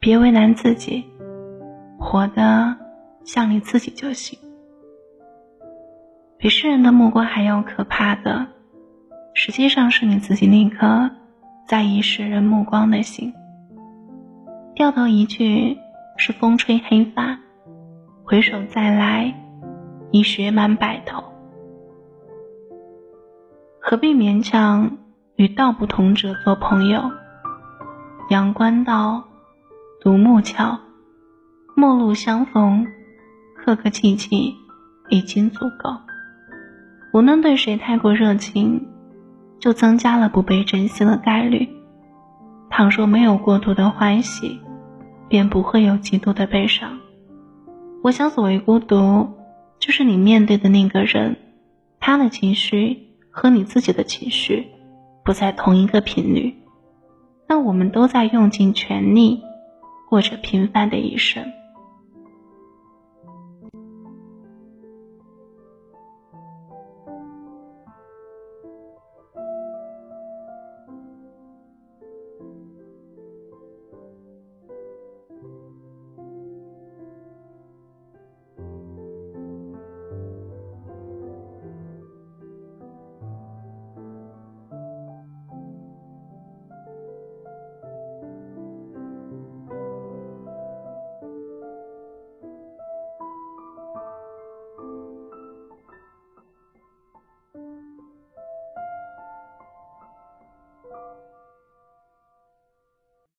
别为难自己，活得像你自己就行。比世人的目光还要可怕的，实际上是你自己那颗在意世人目光的心。掉头一去是风吹黑发，回首再来已雪满白头。何必勉强与道不同者做朋友？阳关道，独木桥，陌路相逢，客客气气已经足够。无论对谁太过热情，就增加了不被珍惜的概率。倘若没有过度的欢喜，便不会有极度的悲伤。我想所谓孤独，就是你面对的那个人，他的情绪和你自己的情绪不在同一个频率，但我们都在用尽全力过着平凡的一生。